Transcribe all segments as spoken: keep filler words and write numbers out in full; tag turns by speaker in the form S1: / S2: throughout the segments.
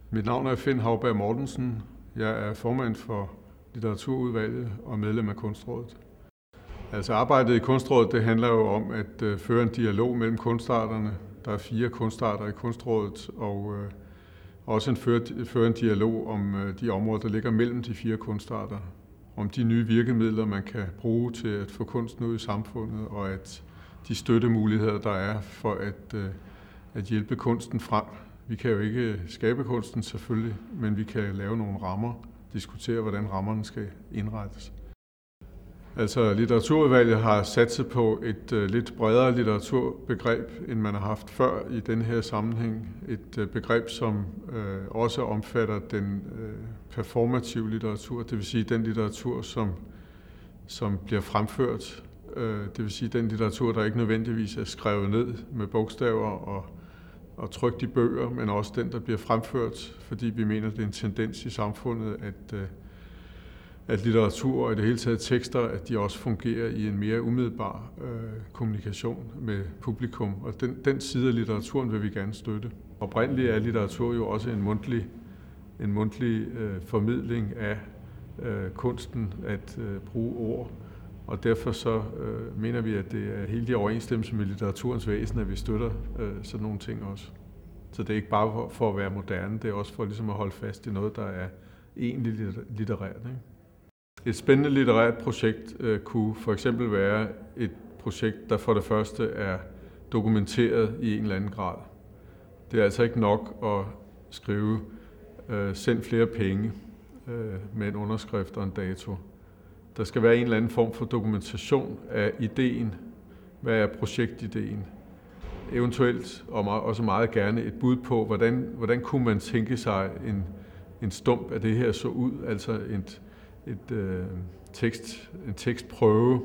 S1: Mit navn er Finn Hauberg Mortensen. Jeg er formand for litteraturudvalget og medlem af Kunstrådet. Altså arbejdet i Kunstrådet det handler jo om at uh, føre en dialog mellem kunstarterne. Der er fire kunstarter i Kunstrådet, og uh, også en føre, føre en dialog om uh, de områder, der ligger mellem de fire kunstarter. Om de nye virkemidler, man kan bruge til at få kunsten ud i samfundet, og at de støttemuligheder, der er for at, uh, at hjælpe kunsten frem. Vi kan jo ikke skabe kunsten selvfølgelig, men vi kan lave nogle rammer, diskutere, hvordan rammerne skal indrettes. Altså, litteraturudvalget har satset på et uh, lidt bredere litteraturbegreb, end man har haft før i den her sammenhæng. Et uh, begreb, som uh, også omfatter den uh, performative litteratur, det vil sige den litteratur, som, som bliver fremført. Uh, det vil sige den litteratur, der ikke nødvendigvis er skrevet ned med bogstaver og og trykt i bøger, men også den, der bliver fremført, fordi vi mener, det er en tendens i samfundet, at, at litteratur og i det hele taget tekster, at de også fungerer i en mere umiddelbar øh, kommunikation med publikum. Og den, den side af litteraturen vil vi gerne støtte. Oprindeligt er litteratur jo også en mundtlig, en mundtlig øh, formidling af øh, kunsten at øh, bruge ord. Og derfor så øh, mener vi, at det er helt i overensstemmelse med litteraturens væsen, at vi støtter øh, sådan nogle ting også. Så det er ikke bare for, for at være moderne, det er også for ligesom at holde fast i noget, der er egentlig litterært. Ikke? Et spændende litterært projekt øh, kunne for eksempel være et projekt, der for det første er dokumenteret i en eller anden grad. Det er altså ikke nok at skrive øh, send flere penge øh, med en underskrift og en dato. Der skal være en eller anden form for dokumentation af ideen. Hvad er projektideen? Eventuelt, og også meget gerne, et bud på, hvordan, hvordan kunne man tænke sig en, en stump af det her så ud, altså et, et, øh, tekst, en tekstprøve.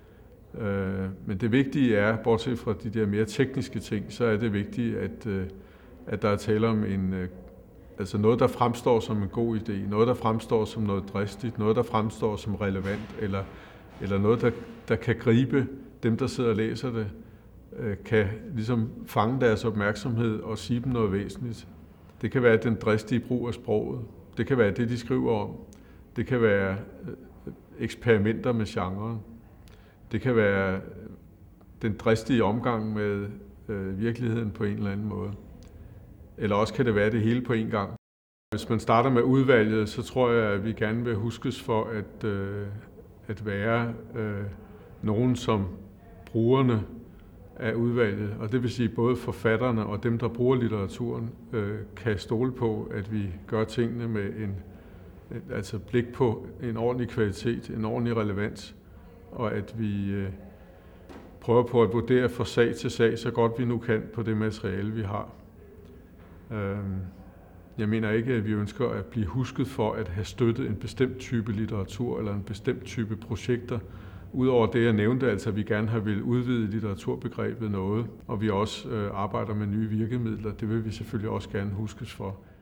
S1: Øh, men det vigtige er, bortset fra de der mere tekniske ting, så er det vigtigt, at, øh, at der er tale om en øh, Altså noget, der fremstår som en god idé, noget, der fremstår som noget dristigt, noget, der fremstår som relevant, eller, eller noget, der, der kan gribe dem, der sidder og læser det, øh, kan ligesom fange deres opmærksomhed og sige dem noget væsentligt. Det kan være den dristige brug af sproget, det kan være det, de skriver om, det kan være øh, eksperimenter med genren, det kan være den dristige omgang med øh, virkeligheden på en eller anden måde. Eller også kan det være det hele på en gang. Hvis man starter med udvalget, så tror jeg, at vi gerne vil huskes for at, øh, at være øh, nogen som brugerne af udvalget. Og det vil sige, både forfatterne og dem, der bruger litteraturen, øh, kan stole på, at vi gør tingene med en, altså blik på en ordentlig kvalitet, en ordentlig relevans, og at vi øh, prøver på at vurdere fra sag til sag, så godt vi nu kan på det materiale, vi har. Jeg mener ikke, at vi ønsker at blive husket for at have støttet en bestemt type litteratur eller en bestemt type projekter. Udover det, jeg nævnte, altså at vi gerne har vil udvide litteraturbegrebet noget, og vi også arbejder med nye virkemidler, det vil vi selvfølgelig også gerne huskes for.